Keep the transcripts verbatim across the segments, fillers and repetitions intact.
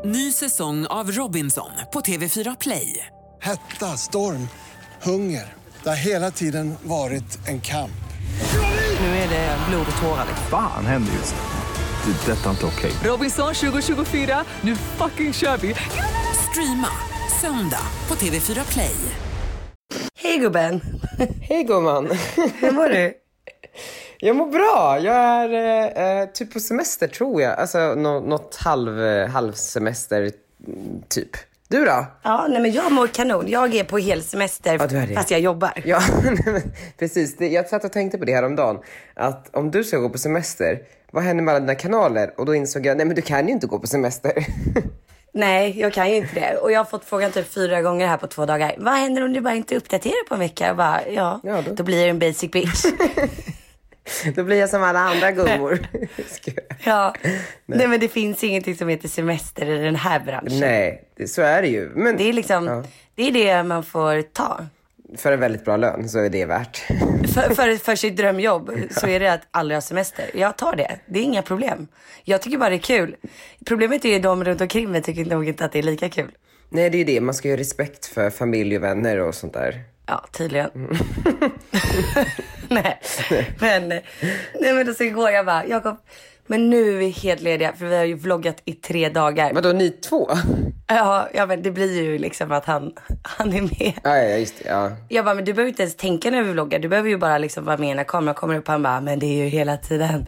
Ny säsong av Robinson på T V fyra Play. Hetta, storm, hunger. Det har hela tiden varit en kamp. Nu är det blod och tårar. Fan händer just det. Det är detta inte okej. Robinson tjugo tjugofyra, nu fucking kör vi. Streama söndag på T V fyra Play. Hej gubben. Hej gumman. Hur mår du? Jag mår bra. Jag är eh, typ på semester tror jag. Alltså nå- något halv, halvsemester typ. Du då? Ja, nej men jag mår kanon. Jag är på hel semester ja, du är det. Fast jag jobbar. Ja, precis. Det, jag satt och tänkte på det här om dagen. Att om du ska gå på semester, vad händer med alla dina kanaler? Och då insåg jag, nej men du kan ju inte gå på semester. Nej, jag kan ju inte det. Och jag har fått frågan typ fyra gånger här på två dagar. Vad händer om du bara inte uppdaterar på en vecka? Jag bara, ja, ja då. då blir det en basic bitch. Då blir jag som alla andra gummor. Ja, nej. nej men det finns ingenting som heter semester i den här branschen. Nej, det, så är det ju. Men, det är liksom, ja. det är det man får ta. För en väldigt bra lön så är det värt. För, för, för sitt drömjobb så är det att aldrig ha semester. Jag tar det, det är inga problem. Jag tycker bara det är kul. Problemet är att de runt omkring mig tycker nog inte att det är lika kul. Nej, det är ju det. Man ska ju ha respekt för familj och vänner och sånt där. Ja, tydligen. Mm. nej, men, nej, men då så igår jag bara, Jakob, men nu är vi helt lediga för vi har ju vloggat i tre dagar. Vadå, ni två? Ja, ja, men det blir ju liksom att han, han är med. Ja, ja, just det, ja. Jag bara, men du behöver inte ens tänka när vi vloggar. Du behöver ju bara liksom vara med när kameran kommer upp. Han bara, men det är ju hela tiden.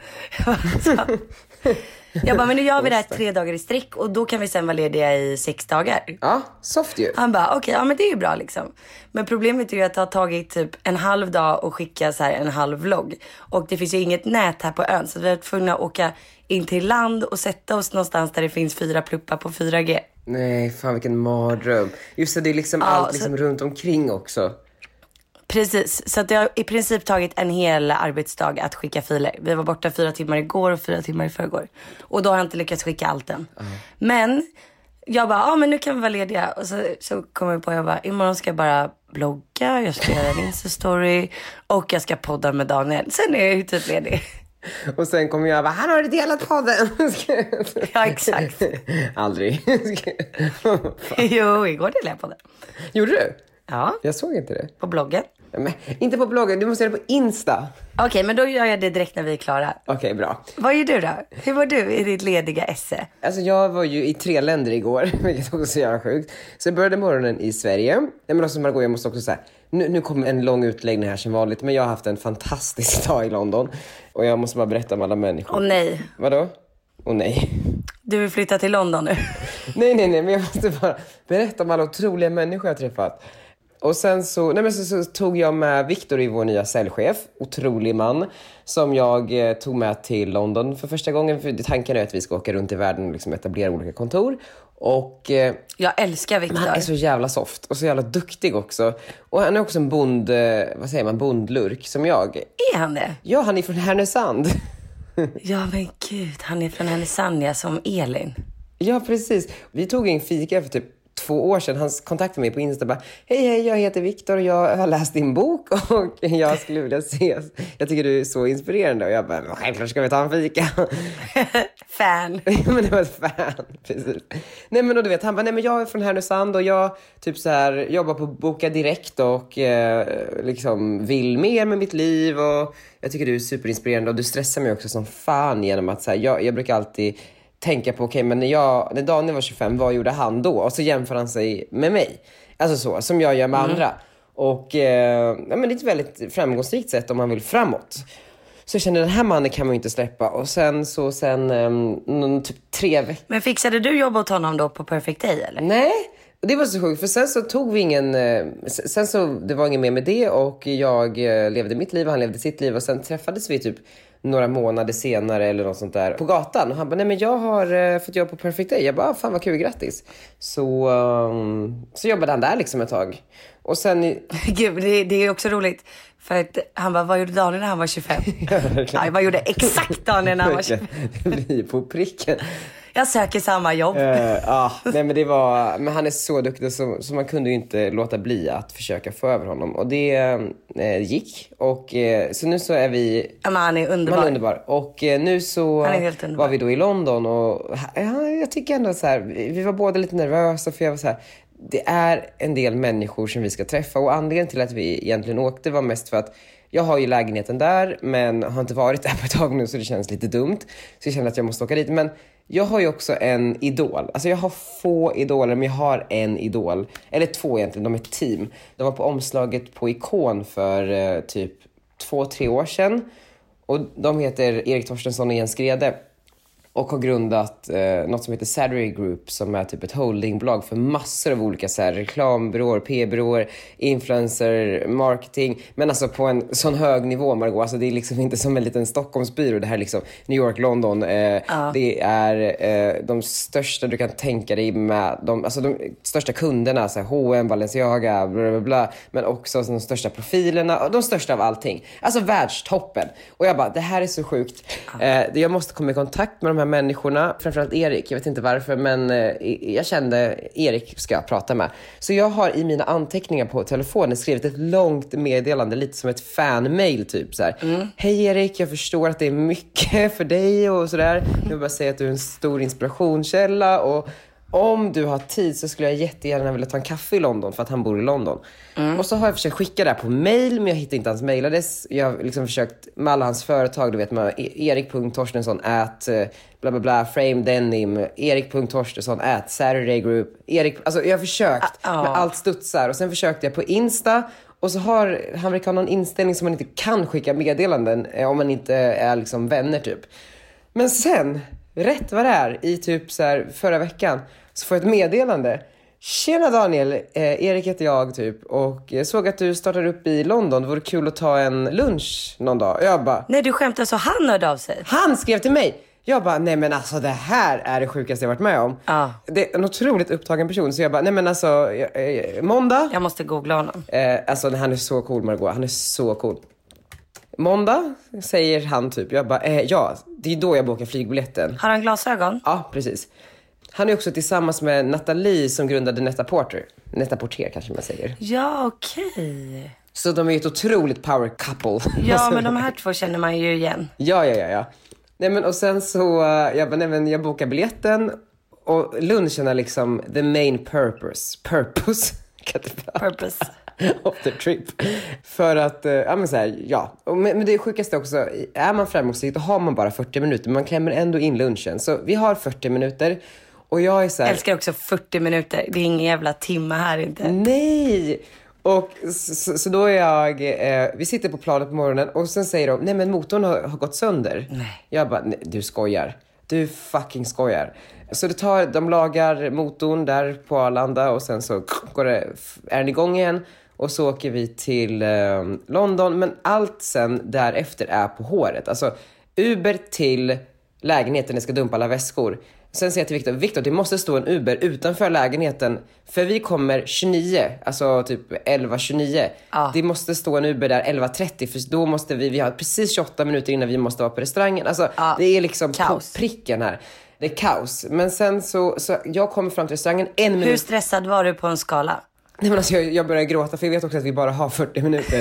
Jag bara, men nu gör vi det här tre dagar i sträck. Och då kan vi sen vara lediga i sex dagar. Ja, soft ju. Han bara, okej, okay, ja men det är ju bra liksom. Men problemet är ju att det har tagit typ en halv dag och skicka så här en halv vlogg. Och det finns ju inget nät här på ön. Så vi är tvungna att åka in till land och sätta oss någonstans där det finns fyra pluppar på fyra G. Nej, fan vilken mardröm. Just det, det är liksom ja, allt liksom så... runt omkring också. Precis, så att det har i princip tagit en hel arbetsdag att skicka filer. Vi var borta fyra timmar igår och fyra timmar i förrgår. Och då har jag inte lyckats skicka allt än. Uh-huh. Men jag bara, ja ah, men nu kan vi vara lediga. Och så, så kommer jag på, jag bara, imorgon ska jag bara blogga, jag ska göra en Insta-story och jag ska podda med Daniel. Sen är jag ju typ ledig. Och sen kommer jag bara, han har delat podden. Ja, exakt. Aldrig. Jo, igår delade jag podden. Gjorde du? Ja. Jag såg inte det. På bloggen? Men, inte på bloggen, du måste göra det på Insta. Okej, okay, men då gör jag det direkt när vi är klara. Okej, okay, bra. Vad gör du då? Hur var du i ditt lediga esse? Alltså jag var ju i tre länder igår, vilket också är så jävla sjukt. Så jag började morgonen i Sverige. Nej, men också Margot, jag måste också säga, nu, nu kommer en lång utläggning här som vanligt. Men jag har haft en fantastisk dag i London. Och jag måste bara berätta om alla människor. Åh nej. Vadå? Åh nej. Du vill flytta till London nu? nej, nej, nej, men jag måste bara berätta om alla otroliga människor jag träffat. Och sen så, nej men så, så tog jag med Victor i vår nya säljchef, otrolig man, som jag eh, tog med till London för första gången. För tanken är att vi ska åka runt i världen och liksom etablera olika kontor. Och eh, jag älskar Victor. Han är så jävla soft och så jävla duktig också. Och han är också en bond, eh, vad säger man, bondlurk som jag. Är han det? Ja, han är från Härnösand. Ja men gud, han är från Härnösand, ja, som Elin. Ja, precis. Vi tog en fika för typ två år sedan. Han kontaktade mig på Insta och bara, hej hej, jag heter Victor och jag har läst din bok och jag skulle vilja ses. Jag tycker du är så inspirerande. Och jag bara, självklart ska vi ta en fika. Fan. Ja, men det var ett fan, precis. Nej men då du vet, han bara, nej men jag är från Härnösand och jag typ så här jobbar på Boka Direkt och eh, liksom vill mer med mitt liv och jag tycker du är superinspirerande och du stressar mig också som fan genom att så här, jag, jag brukar alltid tänka på, okej, okay, men när, jag, när Daniel var tjugofem, vad gjorde han då? Och så jämför han sig med mig. Alltså så, som jag gör med mm. andra. Och eh, ja, men det är ett väldigt framgångsrikt sätt om man vill framåt. Så jag kände, den här mannen kan man ju inte släppa. Och sen så, sen um, typ tre veckor. Men fixade du jobb åt honom då på Perfect Day, eller? Nej, och det var så sjukt. För sen så tog vi ingen, sen så, det var ingen mer med det. Och jag levde mitt liv och han levde sitt liv. Och sen träffades vi typ några månader senare eller något sånt där på gatan. Och han bara, nej men jag har uh, fått jobb på Perfect Day. Jag bara, fan vad kul, grattis. Så, um, så jobbade han där liksom ett tag. Och sen... Gud, det, det är också roligt. För att han bara, vad gjorde Daniel när han var tjugofem? Ja, vad gjorde exakt Daniel när han var tjugofem? Det blir på pricken. Jag söker samma jobb. Uh, ah, nej men det var, men han är så duktig så, så man kunde ju inte låta bli att försöka få över honom. Och det, eh, gick. Och eh, så nu så är vi... Ja, men han är underbar. Han är underbar. Och eh, nu så Han är helt underbar. var vi då i London. Och ja, jag tycker ändå så här, vi var båda lite nervösa för jag var så här... Det är en del människor som vi ska träffa. Och anledningen till att vi egentligen åkte var mest för att jag har ju lägenheten där, men har inte varit där på ett tag nu så det känns lite dumt. Så jag känner att jag måste åka dit. Men jag har ju också en idol. Alltså jag har få idoler, men jag har en idol. Eller två egentligen, de är ett team. De var på omslaget på Ikon för eh, typ två, tre år sedan. Och de heter Erik Torstensson och Jens Grede. Och har grundat eh, något som heter Saturday Group, som är typ ett holdingbolag för massor av olika så här, reklambyråer, P-byråer, influencer, marketing. Men alltså på en sån hög nivå, Margot. Alltså det är liksom inte som en liten Stockholmsbyrå. Det här är liksom New York, London. Eh, ja. Det är eh, de största du kan tänka dig med. De, alltså de största kunderna, så här H och M, Balenciaga, bla bla bla. Men också de största profilerna och de största av allting. Alltså världstoppen. Och jag bara, det här är så sjukt. Ja. Eh, jag måste komma i kontakt med de här människorna, framförallt Erik, jag vet inte varför, men eh, jag kände Erik ska jag prata med. Så jag har i mina anteckningar på telefonen skrivit ett långt meddelande, lite som ett fan-mail typ så här. Mm. Hej Erik, jag förstår att det är mycket för dig och sådär. Jag vill bara säga att du är en stor inspirationskälla och om du har tid så skulle jag jättegärna vilja ta en kaffe i London för att han bor i London. Mm. Och så har jag försökt skicka det här på mail, men jag hittar inte hans mailadress. Jag har liksom försökt med alla hans företag, du vet man, erik punkt torstensson at bla bla bla, frame denim, erik punkt torstensson at Saturday Group, Erik, alltså jag har försökt uh, uh. med allt studsar. Och sen försökte jag på Insta. Och så har han verkar ha någon inställning som man inte kan skicka meddelanden eh, om man inte är liksom vänner typ. Men sen, rätt vad det är, i typ så här förra veckan så får jag ett meddelande. Tjena Daniel, eh, Erik heter jag typ och jag såg att du startar upp i London. Det vore kul att ta en lunch någon dag. Jag bara, nej du skämtar, så han hörde av sig. Han skrev till mig. Jag bara, nej men alltså det här är det sjukaste jag varit med om. Ah. Det är en otroligt upptagen person. Så jag bara, nej men alltså, eh, måndag. Jag måste googla honom. Eh, alltså han är så cool Margot, han är så cool. Måndag säger han typ, jag bara, eh, ja, det är då jag bokar flygbiljetten. Har han glasögon? Ja, precis. Han är också tillsammans med Nathalie som grundade Net-a-Porter. Net-a-Porter kanske man säger. Ja, okej. Okay. Så de är ett otroligt power couple. Ja, men de här två känner man ju igen. Ja, ja, ja, ja. Nej, men och sen så, jag bara, nej men jag bokar biljetten. Och lunchen är liksom the main purpose. Purpose. Purpose. Of the trip. För att, ja men så här, ja. Och men, men det sjukaste också, är man framgångsrik då har man bara fyrtio minuter. Men man klämmer ändå in lunchen. Så vi har fyrtio minuter. Och jag är så här, jag älskar också fyrtio minuter. Det är ingen jävla timme här inte. Nej! Och så, så då är jag, eh, vi sitter på planet på morgonen och sen säger de, nej men motorn har, har gått sönder. Nej. Jag bara, nej, du skojar. Du fucking skojar. Så det tar, de lagar motorn där på Arlanda och sen så går det, är den igång igen. Och så åker vi till eh, London. Men allt sen därefter är på håret. Alltså Uber till lägenheten, jag ska dumpa alla väskor. Sen säger jag till Victor, Victor det måste stå en Uber utanför lägenheten. För vi kommer tjugonio, alltså typ elva tjugonio. Ah. Det måste stå en Uber där elva trettio. För då måste vi, vi har precis tjugoåtta minuter innan vi måste vara på restaurangen. Alltså ah. det är liksom kaos. På pricken här. Det är kaos. Men sen så, så jag kommer fram till restaurangen en minut. Hur stressad var du på en skala? Nej men alltså jag, jag börjar gråta för jag vet också att vi bara har fyrtio minuter.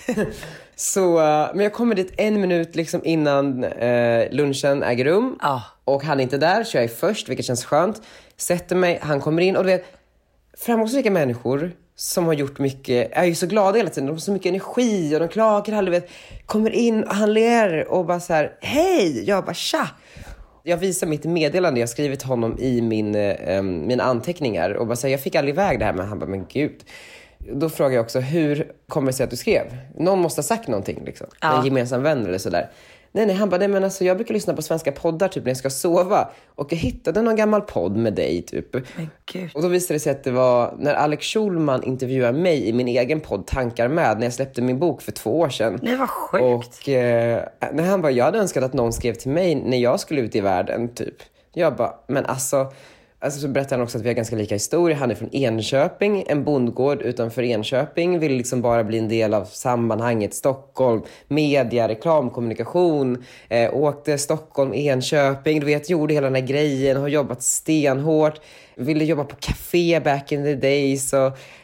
Så, men jag kommer dit en minut liksom innan eh, lunchen äger rum. Ah. Och han är inte där, så jag är först, vilket känns skönt. Sätter mig, han kommer in och du vet, framgångsrika människor som har gjort mycket, är ju så glada hela tiden. De har så mycket energi och de klagar, du vet. Kommer in och han ler och bara så här, hej! Jag bara, tja! Jag visar mitt meddelande, jag har skrivit honom i min, eh, mina anteckningar. Och bara säger, jag fick aldrig iväg det här, men han bara, men gud. Då frågar jag också, hur kommer det sig att du skrev? Någon måste ha sagt någonting liksom. Ja. En gemensam vän eller sådär. Nej, nej, han bara, nej men alltså jag brukar lyssna på svenska poddar typ när jag ska sova. Och jag hittade någon gammal podd med dig typ. Men Gud. Och då visade det sig att det var när Alex Schulman intervjuade mig i min egen podd Tankar med. När jag släppte min bok för två år sedan. Det var sjukt. Och eh, när han bara, jag hade önskat att någon skrev till mig när jag skulle ut i världen typ. Jag bara, men alltså... Alltså så berättar han också att vi har ganska lika historia. Han är från Enköping, en bondgård utanför Enköping. Vill liksom bara bli en del av sammanhanget Stockholm. Media, reklam, kommunikation. Eh, åkte Stockholm, Enköping. Du vet, gjorde hela den här grejen. Har jobbat stenhårt. Ville jobba på café back in the days. Och,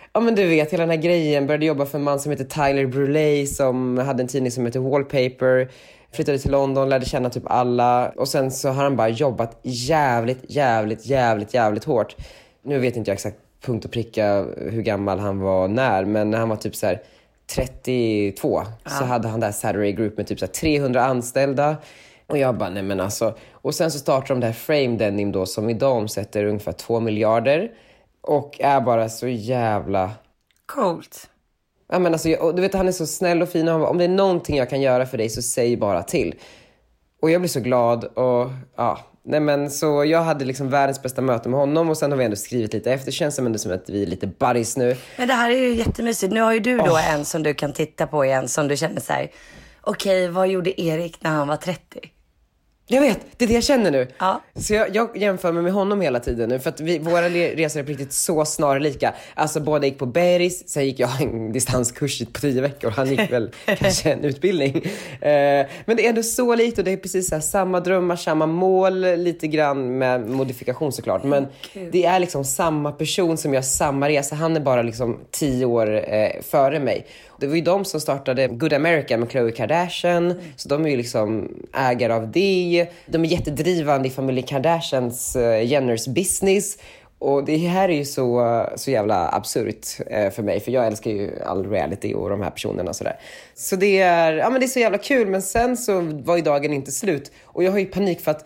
Ja men du vet, hela den här grejen. Började jobba för en man som heter Tyler Brulé som hade en tidning som heter Wallpaper. Flyttade till London, lärde känna typ alla. Och sen så har han bara jobbat jävligt, jävligt, jävligt, jävligt hårt. Nu vet inte jag exakt punkt och pricka hur gammal han var när. Men när han var typ så här trettiotvå ja. Så hade han där Saturday Group med typ så här trehundra anställda. Och jag bara, nej men alltså. Och sen så startar de där Frame Denim då som idag omsätter ungefär två miljarder. Och är bara så jävla... Coolt. Ja men alltså, och du vet han är så snäll och fin. Och han bara, om det är någonting jag kan göra för dig så säg bara till. Och jag blir så glad och ja... Nej men så jag hade liksom världens bästa möte med honom. Och sen har vi ändå skrivit lite efter. Känns som, ändå som att vi är lite buddies nu. Men det här är ju jättemysigt. Nu har ju du då oh. en som du kan titta på igen. Som du känner så här. Okej, vad gjorde Erik när han var trettio? Jag vet, det är det jag känner nu. Ja. Så jag, jag jämför mig med honom hela tiden nu. För att vi, våra resor är på riktigt så snarlika. Alltså båda gick på Bergs. Sen gick jag en distanskurs på tio veckor. Han gick väl kanske en utbildning. Eh, men det är ändå så likt. Och det är precis så här, samma drömmar, samma mål. Lite grann med modifikation såklart. Men okay. Det är liksom samma person som gör samma resa. Han är bara liksom tio år eh, före mig. Det var ju de som startade Good America med Khloe Kardashian. Mm. Så de är ju liksom ägare av det. De är jättedrivande i familjen Kardashians uh, Jenners business. Och det här är ju så, så jävla absurt uh, för mig. För jag älskar ju all reality och de här personerna och sådär. Så det är, ja, men det är så jävla kul. Men sen så var ju dagen inte slut. Och jag har ju panik för att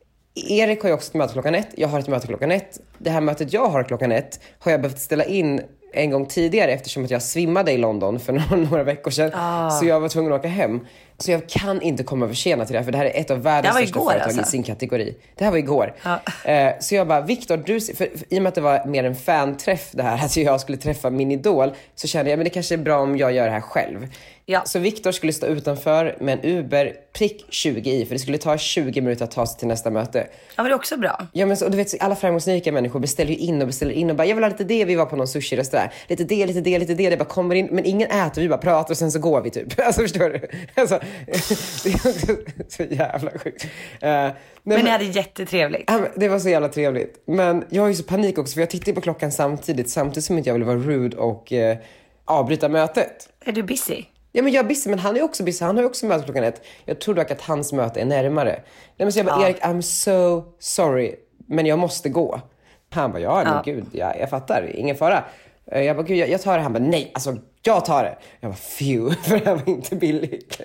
Erik har ju också ett möte klockan ett. Jag har ett möte klockan ett. Det här mötet jag har klockan ett har jag behövt ställa in en gång tidigare eftersom att jag svimmade i London för några, några veckor sedan. Ah. Så jag var tvungen att åka hem. Så jag kan inte komma försena till det här, för det här är ett av världens största företag alltså. I sin kategori. Det här var igår. Ah. Eh, så jag bara, Victor, du... För, för, i och med att det var mer en fanträff det här, att jag skulle träffa min idol, så kände jag, men det kanske är bra om jag gör det här själv. Ja. Så Victor skulle stå utanför med en Uber prick tjugo i, för det skulle ta tjugo minuter att ta sig till nästa möte. Ja, men det är också bra. Ja, men så, du vet, alla framgångsrika människor beställer ju in och beställer in och bara, jag vill ha lite det, vi var på någon sushi-restaurang. Lite det, lite det, lite det, det bara kommer in, men ingen äter, vi bara pratar och sen så går vi typ. Alltså, förstår du? Alltså, det är så jävla sjukt. Uh, men men ni hade jättetrevligt. Uh, det var så jävla trevligt. Men jag har ju så panik också, för jag tittar på klockan samtidigt, samtidigt som inte jag vill vara rude och uh, avbryta mötet. Är du busy? Ja, men jag är busy, men han är också busy. Han har ju också möte klockan ett. Jag tror dock att hans möte är närmare. Nej, men så jag bara, ja. Erik, I'm so sorry, men jag måste gå. Han bara, ja, men ja. gud, jag, jag fattar, ingen fara. Jag bara, gud, jag, jag tar det. Han bara, nej, alltså, jag tar det. Jag bara, phew, för det här var inte billigt.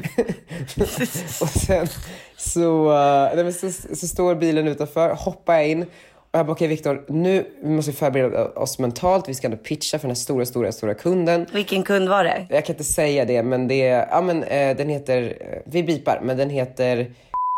Och sen så, uh, nej, men så, så står bilen utanför, hoppar jag in. Och jag bara, okej okay, Victor, nu vi måste förbereda oss mentalt. Vi ska ändå pitcha för den här stora, stora, stora kunden. Vilken kund var det? Jag kan inte säga det, men det är, ja men eh, den heter, vi bipar, men den heter...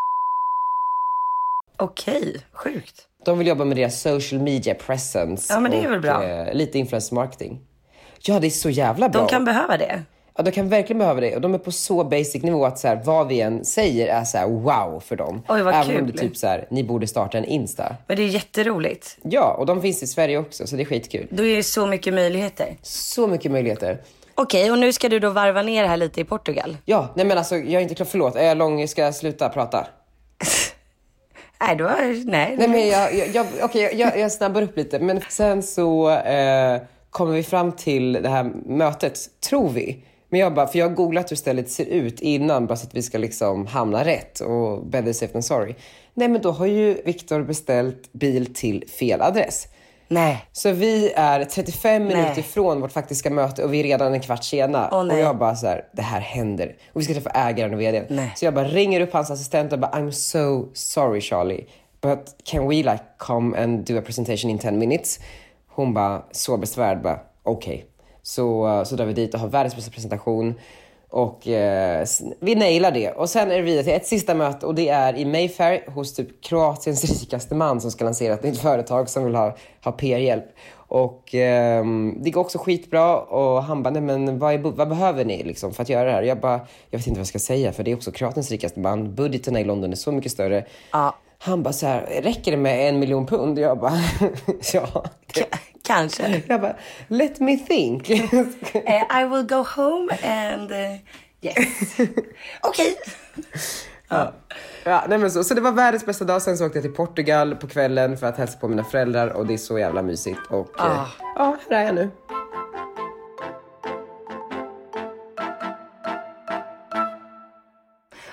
Okej, okay, sjukt. De vill jobba med deras social media presence. Ja, men det är och, väl bra. Eh, lite influencer marketing. Ja, det är så jävla bra. De kan behöva det. Ja, de kan verkligen behöva det. Och de är på så basic nivå att så här, vad vi än säger är så här, wow för dem. Oj, vad Även kul. om det typ så här, ni borde starta en Insta. Men det är jätteroligt. Ja, och de finns i Sverige också, så det är skitkul. Då är det så mycket möjligheter. Så mycket möjligheter. Okej, okay, och nu ska du då varva ner här lite i Portugal. Ja, nej men alltså, jag är inte klar, förlåt. Är jag lång? Ska jag sluta prata? Nej, då är, nej. Nej, men jag, jag, jag, okay, jag, jag snabbar upp lite. Men sen så eh, kommer vi fram till det här mötet, tror vi. Men jag bara, för jag har googlat hur stället ser ut innan, bara så att vi ska liksom hamna rätt och better safe than sorry. Nej, men då har ju Victor beställt bil till fel adress. Nej. Så vi är trettiofem nej. minuter ifrån vårt faktiska möte och vi är redan en kvart sena. Oh, och jag bara så här, det här händer. Och vi ska träffa ägaren och vdn. Nej. Så jag bara ringer upp hans assistent och bara, I'm so sorry Charlie, but can we like come and do a presentation in ten minutes? Hon bara, så besvärd, bara okej. Okay. Så, så drar vi dit och har världens bästa presentation. Och eh, vi nailar det. Och sen är det vidare till ett sista möte. Och det är i Mayfair hos typ Kroatiens rikaste man som ska lansera ett nytt företag som vill ha, ha P R-hjälp. Och eh, det går också skitbra. Och han bara, nej men vad, är, vad behöver ni liksom för att göra det här? Jag bara, jag vet inte vad jag ska säga, för det är också Kroatiens rikaste man. Budgeten i London är så mycket större. Ja. Han bara så här, räcker det med en miljon pund? Jag bara, ja. Det. K- kanske. Jag bara, let me think. uh, I will go home and uh, yes. Okej. Okay. Ja. Ja, nej men så, så det var världens bästa dag. Sen så åkte jag till Portugal på kvällen för att hälsa på mina föräldrar. Och det är så jävla mysigt. Och ah. eh, ja, här är jag nu.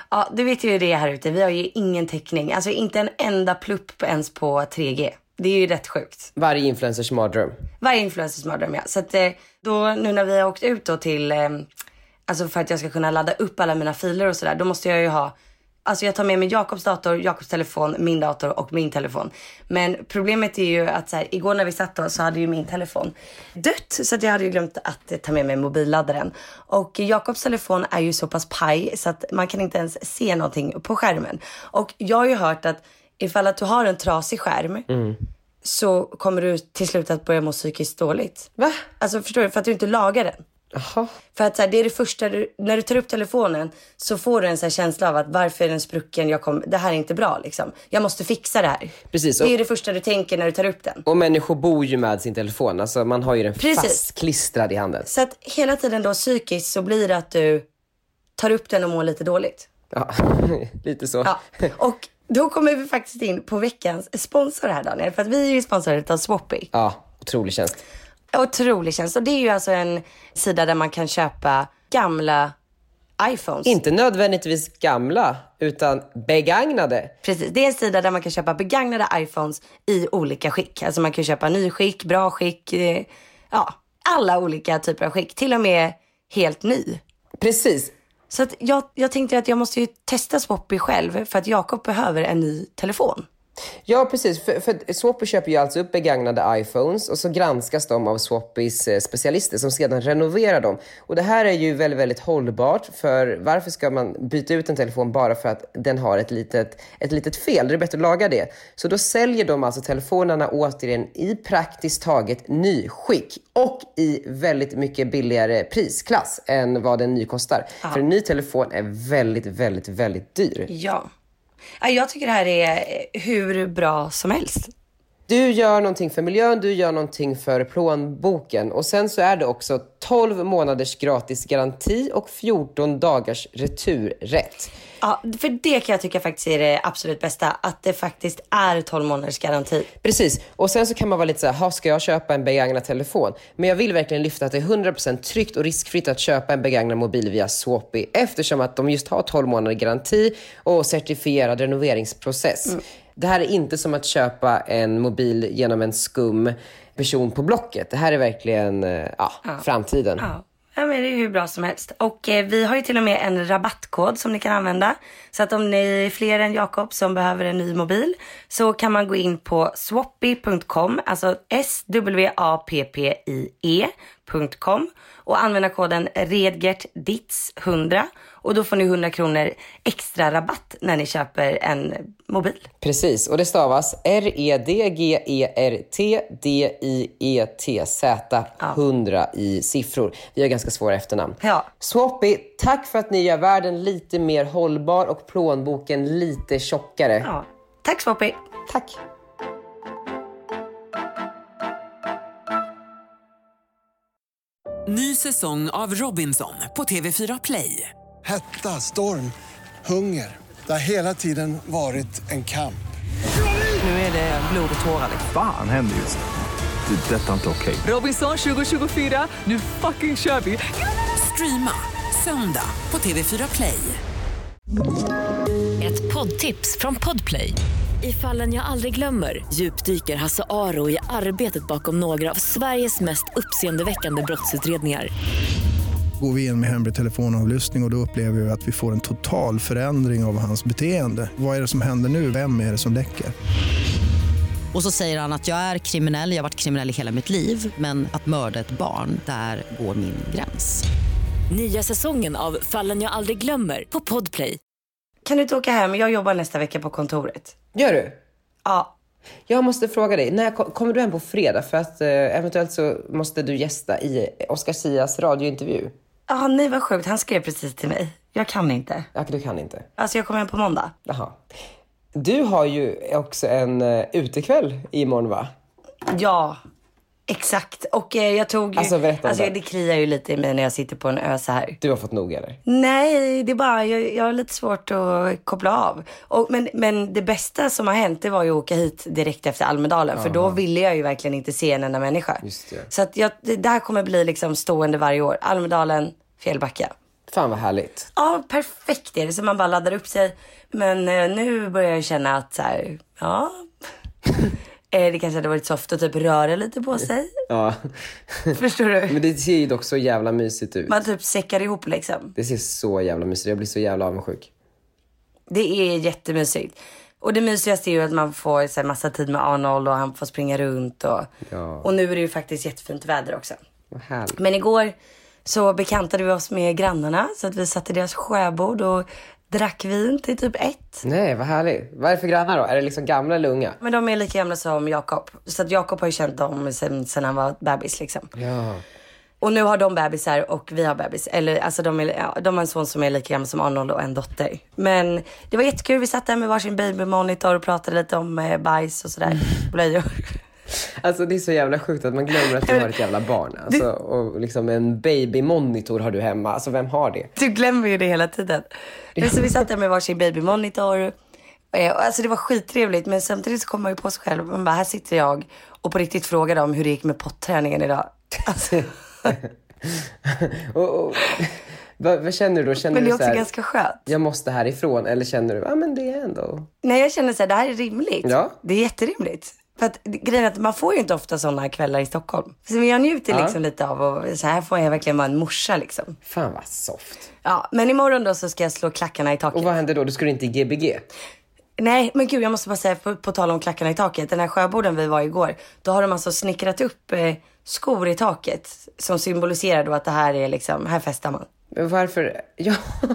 Ja, du vet ju det här ute. Vi har ju ingen täckning. Alltså inte en enda plupp ens på tre G. Det är ju rätt sjukt. Varje influencers mardröm. Varje influencers mardröm, ja. Så att eh, då, nu när vi har åkt ut då till... Eh, alltså för att jag ska kunna ladda upp alla mina filer och sådär. Då måste jag ju ha... Alltså jag tar med mig Jakobs dator, Jakobs telefon, min dator och min telefon. Men problemet är ju att så här, igår när vi satt då så hade ju min telefon dött. Så att jag hade ju glömt att ta med mig mobilladdaren. Och Jakobs telefon är ju så pass paj så att man kan inte ens se någonting på skärmen. Och jag har ju hört att ifall att du har en trasig skärm mm. så kommer du till slut att börja må psykiskt dåligt. Va? Alltså förstår du? För att du inte lagar den. Aha. För att så här, det är det första du, när du tar upp telefonen så får du en så här känsla av att varför är den sprucken, jag kom, det här är inte bra liksom. Jag måste fixa det här. Precis. Det är det första du tänker när du tar upp den. Och människor bor ju med sin telefon, alltså man har ju den Precis. fastklistrad i handen. Så att hela tiden då psykiskt så blir det att du tar upp den och mår lite dåligt. Ja, lite så. Ja. Och då kommer vi faktiskt in på veckans sponsor här, Daniel. För att vi är ju sponsrade av Swappy. Ja, otrolig tjänst. Otrolig tjänst. Och det är ju alltså en sida där man kan köpa gamla iPhones. Inte nödvändigtvis gamla, utan begagnade. Precis, det är en sida där man kan köpa begagnade iPhones i olika skick. Alltså man kan köpa ny skick, bra skick, eh, ja, alla olika typer av skick. Till och med helt ny. Precis. Så att jag, jag tänkte att jag måste ju testa Swappy själv för att Jakob behöver en ny telefon. Ja, precis. För, för Swappy köper ju alltså upp begagnade iPhones och så granskas de av Swappys eh, specialister som sedan renoverar dem. Och det här är ju väldigt, väldigt hållbart, för varför ska man byta ut en telefon bara för att den har ett litet, ett litet fel? Det är bättre att laga det. Så då säljer de alltså telefonerna återigen i praktiskt taget ny skick och i väldigt mycket billigare prisklass än vad den ny kostar. Aha. För en ny telefon är väldigt, väldigt, väldigt dyr. Ja. Jag tycker det här är hur bra som helst. Du gör någonting för miljön, du gör någonting för plånboken. Och sen så är det också tolv månaders gratis garanti och fjorton dagars returrätt. Ja, för det kan jag tycka faktiskt är det absolut bästa. Att det faktiskt är tolv månaders garanti. Precis, och sen så kan man vara lite så här, ska jag köpa en begagnad telefon? Men jag vill verkligen lyfta att det är hundra procent tryggt och riskfritt att köpa en begagnad mobil via Swappy. Eftersom att de just har tolv månader garanti och certifierad renoveringsprocess. Mm. Det här är inte som att köpa en mobil genom en skum person på Blocket. Det här är verkligen ja, ja. framtiden. Ja. Ja, men det är hur bra som helst. Och eh, vi har ju till och med en rabattkod som ni kan använda. Så att om ni är fler än Jakob som behöver en ny mobil så kan man gå in på swappy punkt com, alltså S W A P P I E punkt com och använda koden REDGERTDITS hundra och då får ni hundra kronor extra rabatt när ni köper en mobil. Precis, och det stavas R E D G E R T D I E T Z hundra i siffror. Vi har ganska svåra efternamn. Ja. Swappy, tack för att ni gör världen lite mer hållbar och plånboken lite tjockare. Ja. Tack Swappy. Tack. Ny säsong av Robinson på T V fyra Play. Hetta, storm, hunger. Det har hela tiden varit en kamp. Nu är det blod och tårar. Fan händer just det. Det är detta inte okej. Robinson tjugo tjugofyra, nu fucking kör vi. Streama söndag på T V fyra Play. Ett poddtips från Podplay. I Fallen jag aldrig glömmer djupdyker Hasse Aro i arbetet bakom några av Sveriges mest uppseendeväckande brottsutredningar. Går vi in med hemlig telefonavlyssning och, och då upplever vi att vi får en total förändring av hans beteende. Vad är det som händer nu? Vem är det som läcker? Och så säger han att jag är kriminell, jag har varit kriminell i hela mitt liv. Men att mörda ett barn, där går min gräns. Nya säsongen av Fallen jag aldrig glömmer på Podplay. Kan du inte åka hem? Jag jobbar nästa vecka på kontoret. Gör du? Ja. Jag måste fråga dig, när kommer du hem på fredag? För att eh, eventuellt så måste du gästa i Oscar Sias radiointervju. Ja, ah, nej vad sjukt. Han skrev precis till mig. Jag kan inte. Ja, du kan inte. Alltså jag kommer hem på måndag. Jaha. Du har ju också en uh, utekväll imorgon, va? Ja, exakt. Och eh, jag tog... Alltså berätta alltså, det. Det kliar ju lite i mig när jag sitter på en ö så här. Du har fått nog, eller? Nej, det är bara... Jag, jag har lite svårt att koppla av. Och, men, men det bästa som har hänt, det var ju att åka hit direkt efter Almedalen. Aha. För då ville jag ju verkligen inte se en enda människa. Just det. Så att jag, det där kommer bli liksom stående varje år. Almedalen, Fjällbacka. Fan vad härligt. Ja, perfekt är det. Så man bara laddar upp sig. Men eh, nu börjar jag känna att så här, ja... eh, det kanske hade varit soft att typ röra lite på sig. Ja. Förstår du? Men det ser ju dock så jävla mysigt ut. Man typ säckar ihop liksom. Det ser så jävla mysigt. Jag blir så jävla avundsjuk. Det är jättemysigt. Och det mysigaste är ju att man får så här, massa tid med Arnold och han får springa runt. Och, Ja. och nu är det ju faktiskt jättefint väder också. Vad härligt. Men igår så bekantade vi oss med grannarna. Så att vi satt i deras sjöbord och drack vin till typ ett. Nej, vad härligt. Vad är det för grannar då? Är det liksom gamla eller unga? Men de är lika gamla som Jakob. Så att Jakob har ju känt dem sen, sen han var bebis liksom. Ja. Och nu har de bebisar och vi har bebis. Eller alltså de, är, ja, de har en son som är lika gammal som Arnold och en dotter. Men det var jättekul. Vi satt där med varsin babymonitor och pratade lite om eh, bajs och sådär. Blöjor. Alltså det är så jävla sjukt att man glömmer att du har ett jävla barn. Alltså, och liksom en babymonitor har du hemma. Alltså vem har det? Du glömmer ju det hela tiden. Men så vi satt där med varsin babymonitor. Alltså det var skittrevligt. Men samtidigt så kom man ju på sig själv. Man bara, här sitter jag och på riktigt frågade om hur det gick med potträningen idag. Alltså. och, och, vad, vad känner du då? Känner Men det är du också så här, ganska skönt. jag måste härifrån? Eller känner du, ja ah, men det är ändå... Nej, jag känner så här, det här är rimligt. Ja. Det är jätterimligt. För att grejen är att man får ju inte ofta sådana kvällar i Stockholm. Så jag njuter Ja. liksom lite av och så här får jag verkligen vara en morsa liksom. Fan vad soft. Ja, men imorgon då så ska jag slå klackarna i taket. Och vad händer då? Du skulle inte i G B G? Nej, men gud jag måste bara säga på, på tal om klackarna i taket. Den här sjöborden vi var igår. Då har de alltså snickrat upp eh, skor i taket. Som symboliserar då att det här är liksom, här festar man. Men varför? Ja.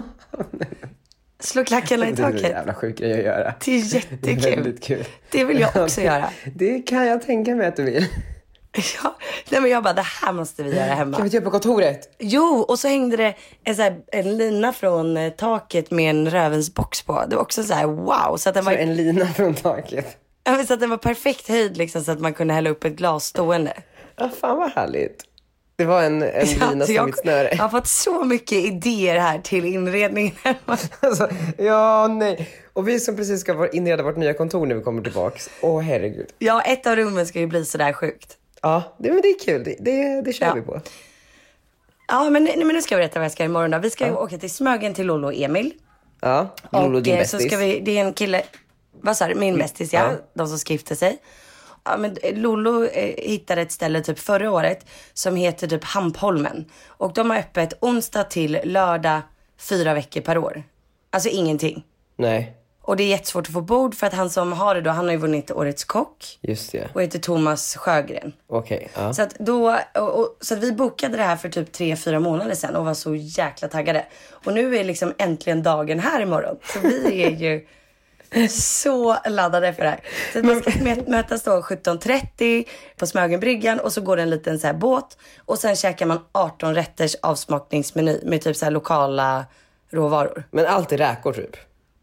Slå klackarna i Det är en taket. jävla sjuk grej att göra. Det är jättekul. Det är väldigt kul. Det vill jag också göra. Det kan jag tänka mig att du vill. Ja, nej men jag bara, det här måste vi göra hemma. Kan vi göra på kontoret? Jo, och så hängde det en, så här, en lina från eh, taket med en rövensbox på. Det var också så här, wow. Så att den Så var, en lina från taket. ja, men så att den var perfekt höjd liksom, så att man kunde hälla upp ett glas stående. Ja, fan vad härligt. Det var en, en Ja, lina så som jag, mitt snöre. jag har fått så mycket idéer här till inredningen hemma. Alltså, ja, nej. Och vi som precis ska inreda vårt nya kontor när vi kommer tillbaks. Åh, herregud. Ja, ett av rummen ska ju bli så där sjukt. Ja, det, men det är kul. Det, det, det kör Ja. vi på. Ja, men, men nu ska jag berätta vad jag ska imorgon då. Vi ska ju åka till Smögen till Lollo och Emil. Ja, Lolo, och din eh, bästis. så ska vi, det är en kille, vad sa du, min bästis, ja, Ja. de som skrifte sig. Ja, men Lollo eh, hittade ett ställe typ förra året som heter typ Hampholmen. Och de har öppet onsdag till lördag fyra veckor per år. Alltså ingenting. Nej, Och det är jättesvårt att få bord för att han som har det då, han har ju vunnit Årets kock just det. och heter Thomas Sjögren. Okej, ja. Så att då, och, och, så att vi bokade det här för typ tre, fyra månader sedan och var så jäkla taggade. Och nu är liksom äntligen dagen här imorgon. Så vi är ju så laddade för det här. Så att man ska mö- mötas då sjutton trettio på Smögenbryggan och så går det en liten så här båt. Och sen käkar man arton rätters avsmakningsmeny med typ så här lokala råvaror. Men allt är räkor typ.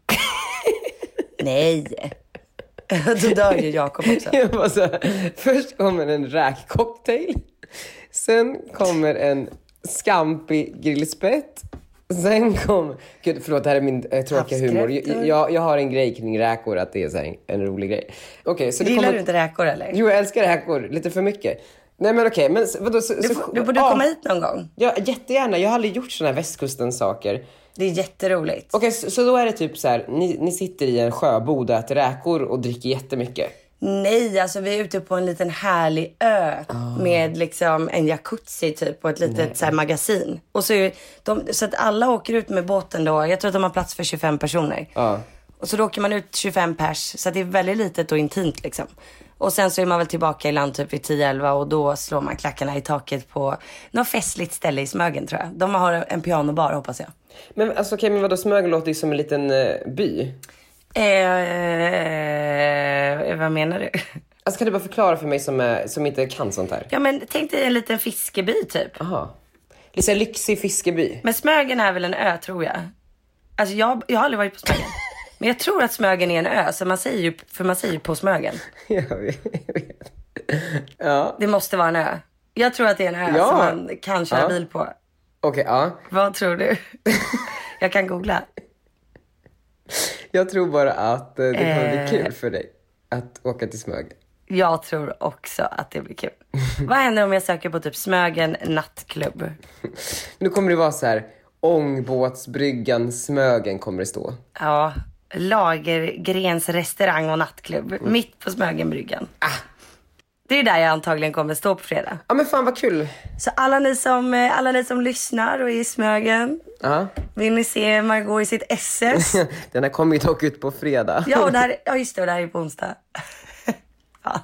Nej. Då dör ju Jakob också. Jag bara så här, först kommer en räkcocktail. Sen kommer en scampi grillspett. Sen kommer... Gud, förlåt, det här är min äh, tråkiga humor. Jag, jag, jag har en grej kring räkor, att det är så här, en rolig grej. Okay, så det Gillar kommer... du inte räkor eller? Jo, jag älskar räkor. Lite för mycket. Nej, men okej. Okay, men vadå? Så, Du, så, får, du borde ah, komma hit någon gång. Ja, jättegärna. Jag har aldrig gjort såna här västkusten saker. Det är jätteroligt. Okej, okay, så, så då är det typ så här, ni, ni sitter i en sjöbod och äter räkor och dricker jättemycket. Nej, alltså vi är ute på en liten härlig ö Oh. med liksom en jacuzzi typ och ett litet så här, magasin. Och så, är de, så att alla åker ut med båten då. Jag tror att de har plats för tjugofem personer. Ja. Och så då åker man ut tjugofem pers. Så att det är väldigt litet och intimt liksom. Och sen så är man väl tillbaka i land typ vid tio elva och då slår man klackarna i taket på något festligt ställe i Smögen tror jag. De har en pianobar hoppas jag. Men alltså okej, men vadå, Smögen låter ju som en liten eh, by. Eh, vad menar du? Alltså kan du bara förklara för mig som, är, som inte kan sånt här? Ja men tänk dig en liten fiskeby typ. Aha. Lite så här lyxig fiskeby. Men Smögen är väl en ö tror jag. Alltså jag, jag har aldrig varit på Smögen. Men jag tror att Smögen är en ö. Så man säger ju, för man säger ju på Smögen. Jag vet. Ja. Det måste vara en ö. Jag tror att det är en ö Ja. som man kan köra Ja. bil på. Okej, ja. Vad tror du? Jag kan googla. Jag tror bara att eh, det kommer Eh. bli kul för dig att åka till Smögen. Jag tror också att det blir kul. Vad händer om jag söker på typ Smögen nattklubb? Nu kommer det vara så här, Ångbåtsbryggan Smögen kommer det stå. Ja, Lagergrens restaurang och nattklubb. Mm. Mitt på Smögenbryggan. Ah. Det är där jag antagligen kommer stå på fredag. Ja men fan vad kul. Så alla ni som, alla ni som lyssnar och är i Smögen. Uh-huh. Vill ni se Margot i sitt S S? Den här kommer ju dock ut på fredag. Ja, och det här, ja just det, och det här är på onsdag. Fan.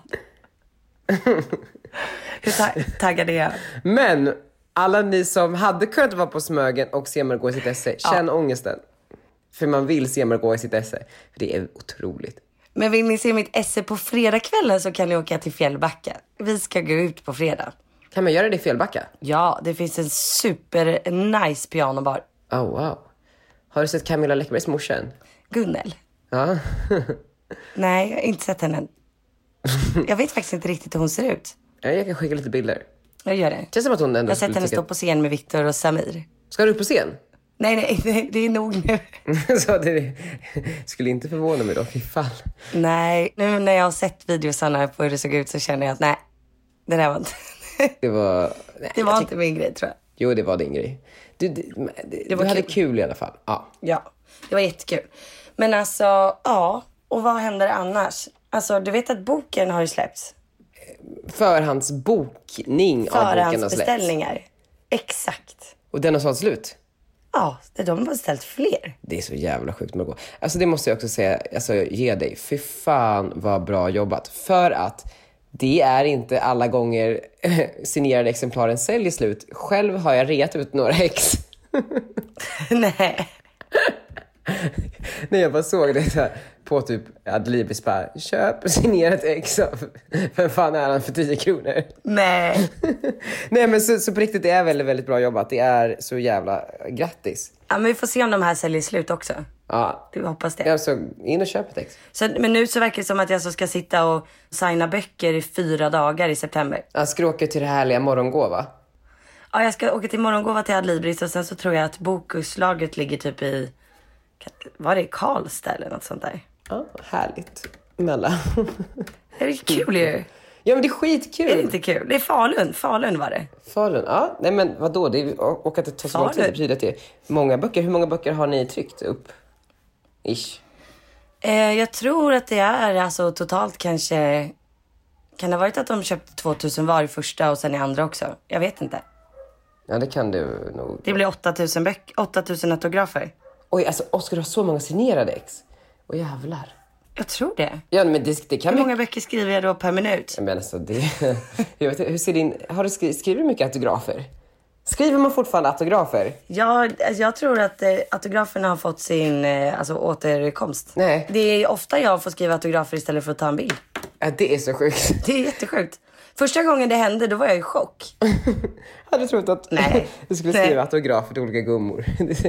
Hur ta- taggad är jag? Men alla ni som hade kunnat vara på Smögen och se Margot i sitt esse, känn ja. ångesten. För man vill se Margot i sitt esse. För det är otroligt. Men vill ni se mitt esse på fredagskvällen så kan ni åka till Fjällbacka. Vi ska gå ut på fredag. Kan man göra det i Fjällbacka? Ja, det finns en super nice pianobar. Oh wow. Har du sett Camilla Läckbergs morsen? Gunnel? Ja. Nej, jag har inte sett henne. Jag vet faktiskt inte riktigt hur hon ser ut. Ja, jag kan skicka lite bilder. Jag gör det. Känns som att hon ändå jag har sett henne tycka... stå på scen med Victor och Samir. Ska du upp på scen? Nej, nej, nej, det är nog nu. Så det skulle inte förvåna mig dock ifall. Nej, nu när jag har sett videosarna på hur det såg ut så känner jag att nej, det där var inte... Det var... Nej, det var tyck... inte min grej, tror jag. Jo, det var din grej. Du, det, det, det var du hade kul. kul i alla fall. Ja. Ja, det var jättekul. Men alltså, ja. Och vad händer annars? Alltså, du vet att boken har ju släppts. Förhandsbokning av boken har släppts. Förhandsbeställningar. Exakt. Och den har sålt slut? Ja, de har beställt fler. Det är så jävla sjukt med att gå. Alltså det måste jag också säga, alltså ge dig. Fy fan vad bra jobbat. För att det är inte alla gånger signerade exemplaren säljer slut. Själv har jag reat ut några ex. Nej. När jag bara såg det så här, på typ Adlibris bara, köp signerat ex av, för fan är han för tio kronor? Nej. Nej men så, så på riktigt, det är väldigt, väldigt bra jobbat. Det är så jävla grattis. Ja men vi får se om de här säljer slut också. Ja. Du hoppas det. Ja, så in och köp ett ex. Så, men nu så verkar det som att jag så ska sitta och signa böcker i fyra dagar i september. Jag ska åka till det härliga morgongåva. Ja, jag ska åka till morgongåva till Adlibris och sen så tror jag att bokuslaget ligger typ i, var det Karlstad eller något sånt där? Ja, härligt. Mella. Det är kul ju. Ja, men det är skitkul. Är det inte kul? Det är Falun. Falun var det. Falun, ja. Nej, men vadå? Det är, och att det tar så lång tid. Det betyder att det är många böcker. Hur många böcker har ni tryckt upp? Ish. Eh, jag tror att det är alltså totalt kanske... Kan det ha varit att de köpte tvåtusen var i första och sen i andra också? Jag vet inte. Ja, det kan du nog. Det blir åttatusen böcker, åttatusen autografer. Oj, alltså Oskar, du har så många signerade ex. Åh jävlar. Jag tror det. Ja, men det, det kan Hur många vi... böcker skriver jag då per minut? Men alltså, det... jag vet, hur ser din... Har du skri... skriver du mycket autografer? Skriver man fortfarande autografer? Ja, alltså jag tror att eh, autograferna har fått sin eh, alltså, återkomst. Nej. Det är ofta jag får skriva autografer istället för att ta en bild. Ja, det är så sjukt. Det är jättesjukt. Första gången det hände, då var jag i chock. Hade du trott att Nej. du skulle skriva Nej. autografer till olika gummor?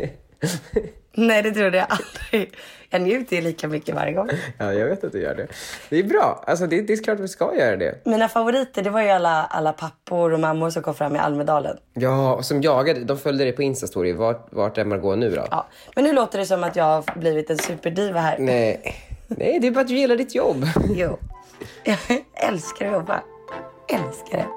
Nej, det trodde jag aldrig. Jag njuter ju lika mycket varje gång. Ja, jag vet att du gör det. Det är bra. Alltså, det, det är klart att vi ska göra det. Mina favoriter, det var ju alla, alla pappor och mammor som kom fram i Almedalen. Ja, och som jagade. De följde det på Insta-story. Vart, vart är Margot nu då? Ja, men nu låter det som att jag har blivit en superdiva här. Nej, Nej det är bara att du gillar ditt jobb. Jo, jag älskar att jobba. Älskar det.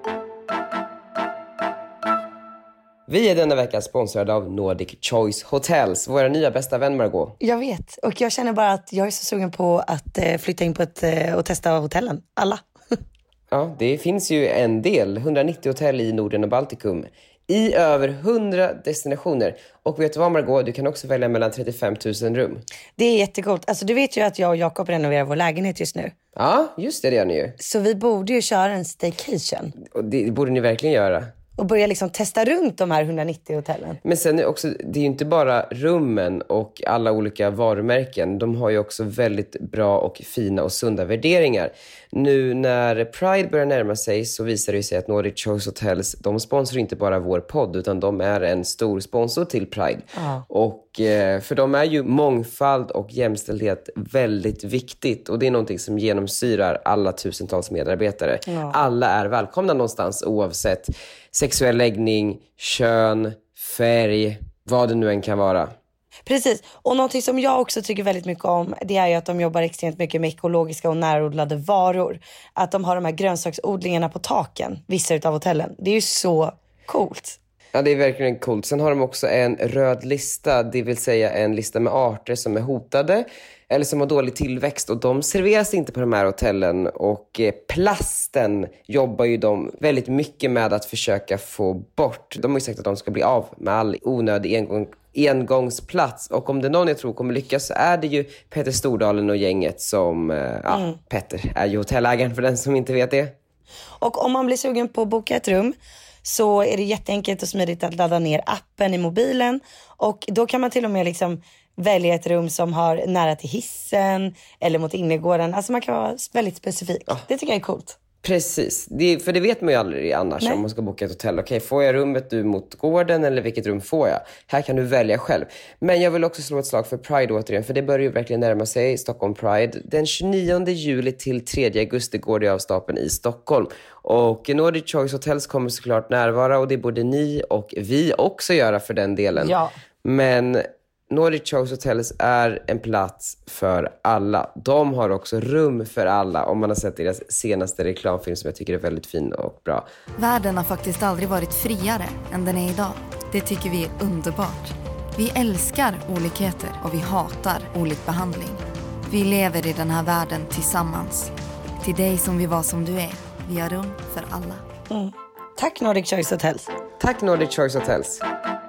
Vi är denna vecka sponsrade av Nordic Choice Hotels, våra nya bästa vän Margot. Jag vet, och jag känner bara att jag är så sugen på att eh, flytta in på ett eh, och testa hotellen. Alla. Ja, det finns ju en del, hundranittio hotell i Norden och Baltikum. I över hundra destinationer. Och vet du vad Margot, du kan också välja mellan trettiofem tusen rum. Det är jättegott. Alltså du vet ju att jag och Jakob renoverar vår lägenhet just nu. Ja, just det, det gör ni ju. Så vi borde ju köra en staycation. Och det borde ni verkligen göra. Och börja liksom testa runt de här hundranittio hotellen. Men sen är också, det är ju inte bara rummen och alla olika varumärken. De har ju också väldigt bra och fina och sunda värderingar. Nu när Pride börjar närma sig så visar det sig att Nordic Choice Hotels, de sponsrar inte bara vår podd utan de är en stor sponsor till Pride. Ah. Och för de är ju mångfald och jämställdhet väldigt viktigt. Och det är någonting som genomsyrar alla tusentals medarbetare. Ah. Alla är välkomna någonstans oavsett sexuell läggning, kön, färg, vad det nu än kan vara. Precis, och någonting som jag också tycker väldigt mycket om, det är ju att de jobbar extremt mycket med ekologiska och närodlade varor. Att de har de här grönsaksodlingarna på taken, vissa utav hotellen. Det är ju så coolt. Ja, det är verkligen coolt. Sen har de också en röd lista, det vill säga en lista med arter som är hotade eller som har dålig tillväxt, och de serveras inte på de här hotellen. Och eh, plasten jobbar ju de väldigt mycket med att försöka få bort. De har ju sagt att de ska bli av med all onödig engång, engångsplats. Och om det är någon jag tror kommer lyckas så är det ju Petter Stordalen och gänget som, eh, ja, mm. Petter är ju hotellägaren för den som inte vet det. Och om man blir sugen på att boka ett rum så är det jätteenkelt och smidigt att ladda ner appen i mobilen. Och då kan man till och med liksom välja ett rum som har nära till hissen eller mot innergården. Alltså man kan vara väldigt specifik. Ja. Det tycker jag är coolt. Precis, det, för det vet man ju aldrig annars. Nej. Om man ska boka ett hotell. Okej, får jag rummet du mot gården eller vilket rum får jag? Här kan du välja själv. Men jag vill också slå ett slag för Pride återigen, för det börjar ju verkligen närma sig Stockholm Pride. Den tjugonionde juli till tredje augusti går det av stapeln i Stockholm. Och Nordic Choice Hotels kommer såklart närvara, och det borde ni och vi också göra för den delen. Ja. Men Nordic Choice Hotels är en plats för alla. De har också rum för alla, om man har sett deras senaste reklamfilm som jag tycker är väldigt fin och bra. Världen har faktiskt aldrig varit friare än den är idag. Det tycker vi är underbart. Vi älskar olikheter och vi hatar olik behandling. Vi lever i den här världen tillsammans. Till dig som vi var som du är. Vi har rum för alla. Mm. Tack Nordic Choice Hotels. Tack Nordic Choice Hotels.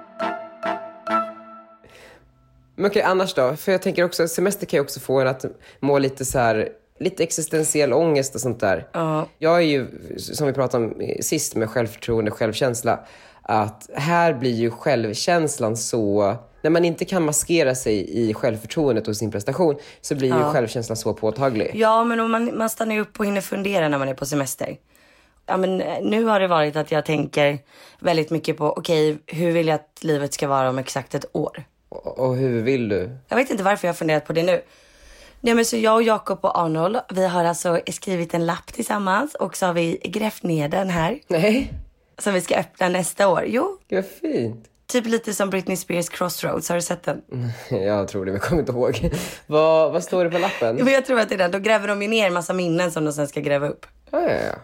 Men okej, annars då? För jag tänker också, semester kan ju också få en att må lite så här, lite existentiell ångest och sånt där. Uh. Jag är ju, som vi pratade om sist med självförtroende och självkänsla, att här blir ju självkänslan så, när man inte kan maskera sig i självförtroendet och sin prestation, så blir ju uh. självkänslan så påtaglig. Ja, men om man, man stannar ju upp och hinner fundera när man är på semester. Ja, men nu har det varit att jag tänker väldigt mycket på, okej, okay, hur vill jag att livet ska vara om exakt ett år? Och hur vill du? Jag vet inte varför jag har funderat på det nu. Nej, men så jag och Jakob och Arnold, vi har alltså skrivit en lapp tillsammans. Och så har vi grävt ner den här. Nej. Som vi ska öppna nästa år. Jo. Det var fint. Typ lite som Britney Spears Crossroads. Har du sett den? Jag tror det, men jag kommer inte ihåg. vad, vad står det på lappen? Jo, jag tror att det är den. Då gräver de ju ner en massa minnen som de sen ska gräva upp. Ja, ja, ja.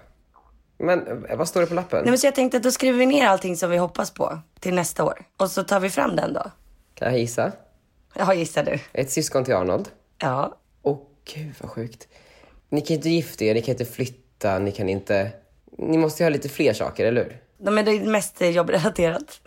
Men vad står det på lappen? Nej, men så jag tänkte att då skriver vi ner allting som vi hoppas på till nästa år. Och så tar vi fram den då. Kan jag gissa? Ja, gissar du. Ett syskon till Arnold. Ja. Åh, gud vad sjukt. Ni kan inte gifta er, ni kan inte flytta, ni kan inte... Ni måste ju ha lite fler saker, eller hur? Ja, men det är mest jobbrelaterat.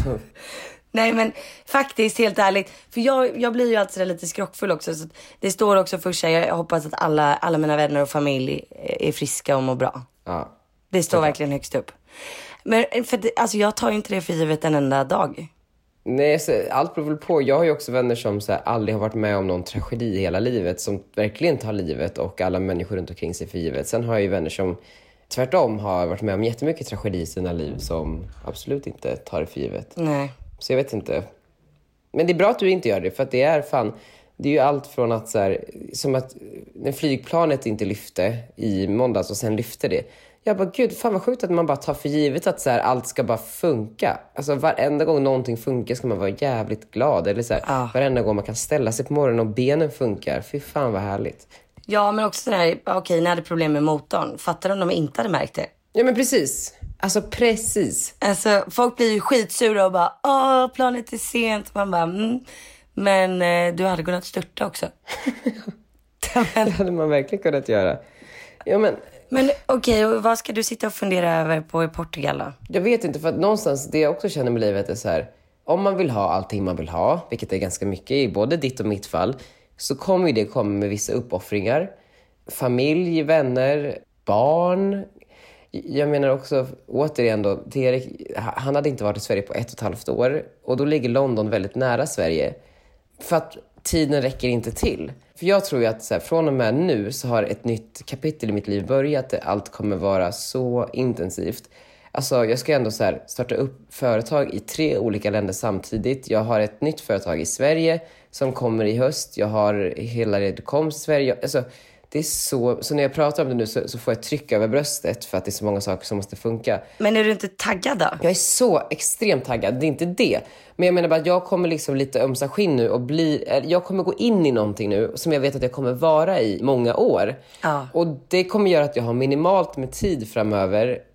Nej, men faktiskt, helt ärligt. För jag, jag blir ju alltid lite skrockfull också. Så det står också först, jag hoppas att alla, alla mina vänner och familj är friska och mår bra. Ja. Det står verkligen högst upp. Men för det, alltså, jag tar ju inte det för givet en enda dag. Nej, så allt beror väl på. Jag har ju också vänner som så här, aldrig har varit med om någon tragedi i hela livet, som verkligen tar livet och alla människor runt omkring sig för givet. Sen har jag ju vänner som tvärtom har varit med om jättemycket tragedi i sina liv, som absolut inte tar det för givet. Nej. Så jag vet inte. Men det är bra att du inte gör det, för att det är fan... Det är ju allt från att så här, som att när flygplanet inte lyfte i måndags och sen lyfte det. Jag bara, gud, fan vad sjukt att man bara tar för givet att så här, allt ska bara funka. Alltså varenda gång någonting funkar ska man vara jävligt glad. Eller så här, ah. varenda gång man kan ställa sig på morgonen och benen funkar. Fy fan vad härligt. Ja, men också sådär, okej, okay, när hade problem med motorn. Fattar om de inte hade märkt det? Ja, men precis. Alltså precis. Alltså folk blir ju skitsura och bara, åh, planet är sent. Man bara, mm. Men eh, du hade kunnat störta också. Det hade man verkligen kunnat göra. Ja, men... Men okej, okay, vad ska du sitta och fundera över på i Portugal då? Jag vet inte, för att någonstans det jag också känner med livet är så här, om man vill ha allting man vill ha, vilket är ganska mycket i både ditt och mitt fall, så kommer ju det komma med vissa uppoffringar. Familj, vänner, barn. Jag menar också, återigen då, Erik, han hade inte varit i Sverige på ett och ett halvt år. Och då ligger London väldigt nära Sverige. För att tiden räcker inte till. För jag tror ju att så här, från och med nu så har ett nytt kapitel i mitt liv börjat. Allt kommer vara så intensivt. Alltså jag ska ändå så här, starta upp företag i tre olika länder samtidigt. Jag har ett nytt företag i Sverige som kommer i höst. Jag har hela Redcom i Sverige. Alltså, det är så, så när jag pratar om det nu så, så får jag trycka över bröstet för att det är så många saker som måste funka. Men är du inte taggad då? Jag är så extremt taggad, det är inte det. Men jag menar bara att jag kommer liksom lite ömsa skinn nu och bli, jag kommer gå in i någonting nu som jag vet att jag kommer vara i många år. Ja. Och det kommer göra att jag har minimalt med tid framöver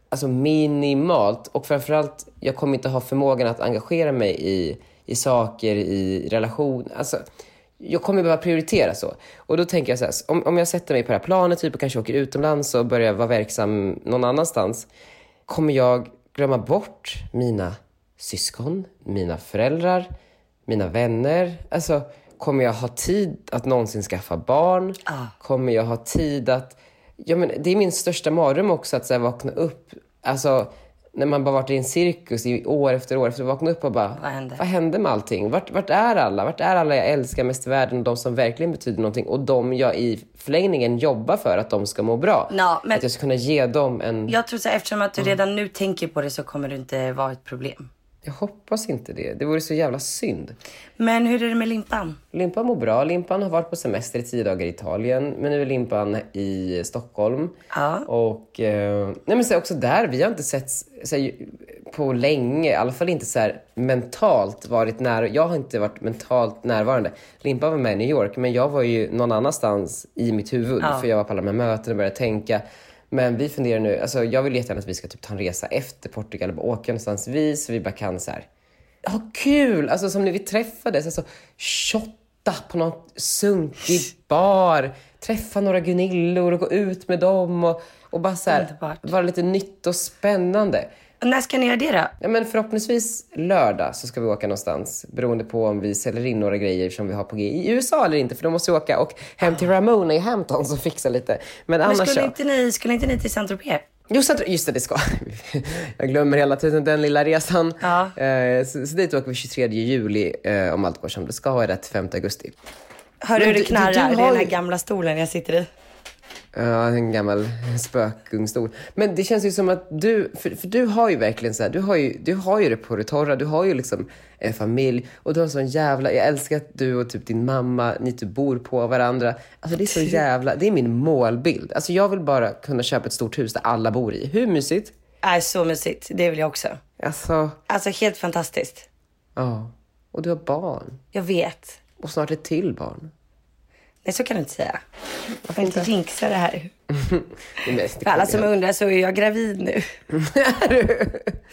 alltså minimalt. Och framförallt, jag kommer inte ha förmågan att engagera mig i, i saker, i relation. Alltså, jag kommer behöva prioritera så. Och då tänker jag så här, om, om jag sätter mig på det här planet typ, och kanske åker utomlands och börjar vara verksam någon annanstans, kommer jag glömma bort mina syskon, mina föräldrar, mina vänner. Alltså, kommer jag ha tid att någonsin skaffa barn? Ah. Kommer jag ha tid att... Ja, men det är min största mardröm också, att så här, vakna upp. Alltså, när man bara varit i en cirkus i år efter år, efter att vakna upp och bara... Vad hände? Vad hände med allting? Vart, vart är alla? Vart är alla jag älskar mest i världen? De som verkligen betyder någonting. Och de jag i förlängningen jobbar för att de ska må bra. No, men... Att jag ska kunna ge dem en... Jag tror så här, eftersom att du redan nu tänker på det, så kommer det inte vara ett problem. Jag hoppas inte det. Det vore så jävla synd. Men hur är det med Limpan? Limpan mår bra. Limpan har varit på semester i tio dagar i Italien. Men nu är Limpan i Stockholm. Ja. Och eh, nej, men så också där, vi har inte sett så här, på länge. I alla fall inte så här mentalt varit nära. Jag har inte varit mentalt närvarande. Limpan var med i New York. Men jag var ju någon annanstans i mitt huvud. Ja. För jag var på alla de här möten och började tänka. Men vi funderar nu, alltså jag vill jättegärna att vi ska typ ta en resa efter Portugal och åka någonstans vi, så vi bara kan så här. Ja, kul! Alltså som när vi träffades, alltså shotta på någon sunkig bar, träffa några Gunillor och gå ut med dem och, och bara så här, vara lite nytt och spännande. Och när ska ni göra det då? Ja, men förhoppningsvis lördag så ska vi åka någonstans. Beroende på om vi säljer in några grejer som vi har på G i U S A eller inte. För då måste vi åka och hem till Ramona i Hamptons och fixa lite. Men, men annars skulle, så... inte ni, skulle inte ni till Saint-Tropez? Just, just det, det ska. Jag glömmer hela tiden den lilla resan. Ja. Eh, så, så dit åker vi tjugotredje juli eh, om allt går som det ska. Och är det femte augusti. Hör du hur det knarrar? Du, du, du det är den här gamla stolen jag sitter i. Ja, en gammal spökungstol. Men det känns ju som att du, för, för du har ju verkligen så här, du har ju, du har ju det på det torra, du har ju liksom en familj och du har sån jävla, jag älskar att du och typ din mamma, ni typ bor på varandra. Alltså det är så jävla, det är min målbild. Alltså jag vill bara kunna köpa ett stort hus där alla bor i. Hur mysigt? Är så mysigt, det vill jag också. Alltså, alltså helt fantastiskt. Ja, och du har barn. Jag vet. Och snart ett till barn. Nej, så kan du inte säga. Jag får inte jinxa det här. Det är mest för alla som undrar så är jag gravid nu. Är du?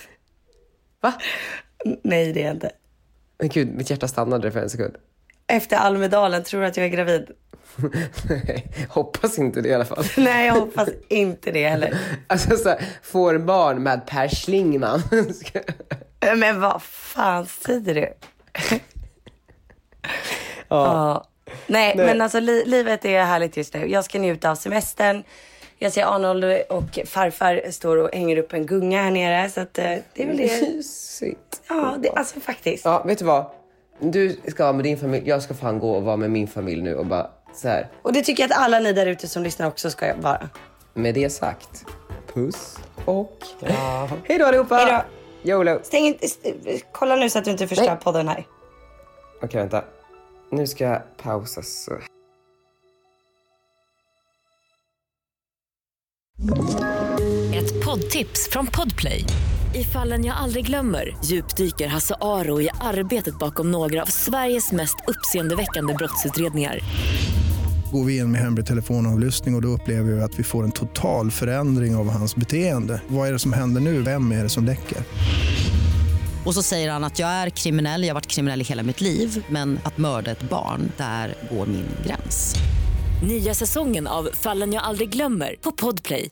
Va? Nej, det är jag inte. Men gud, mitt hjärta stannade för en sekund. Efter Almedalen, tror du att jag är gravid? Nej, hoppas inte det i alla fall. Nej, jag hoppas inte det heller. Alltså så här, får barn med Per Schlingmann. Men vad fan säger du? Ja. Ja. Nej, Nej, men alltså li- livet är härligt just nu. Jag ska njuta av semestern. Jag ser Arnold och farfar står och hänger upp en gunga här nere. Så att, det är väl det. Mysigt. Ja, det, alltså faktiskt. Ja, vet du vad? Du ska vara med din familj. Jag ska fan gå och vara med min familj nu och bara så här. Och det tycker jag att alla ni där ute som lyssnar också ska vara. Med det sagt, puss och ja. Hej då allihopa. Hej då. YOLO. Stäng inte, st- kolla nu så att du inte förstör Nej. podden här. Okej, vänta. Nu ska jag pausa så. Ett poddtips från Podplay. I Fallen jag aldrig glömmer djupdyker Hasse Aro i arbetet bakom några av Sveriges mest uppseendeväckande brottsutredningar. Går vi in med hemlig telefonavlyssning och, och då upplever vi att vi får en total förändring av hans beteende. Vad är det som händer nu? Vem är det som läcker? Och så säger han att jag är kriminell, jag har varit kriminell i hela mitt liv. Men att mörda ett barn, där går min gräns. Nya säsongen av Fallen jag aldrig glömmer på Podplay.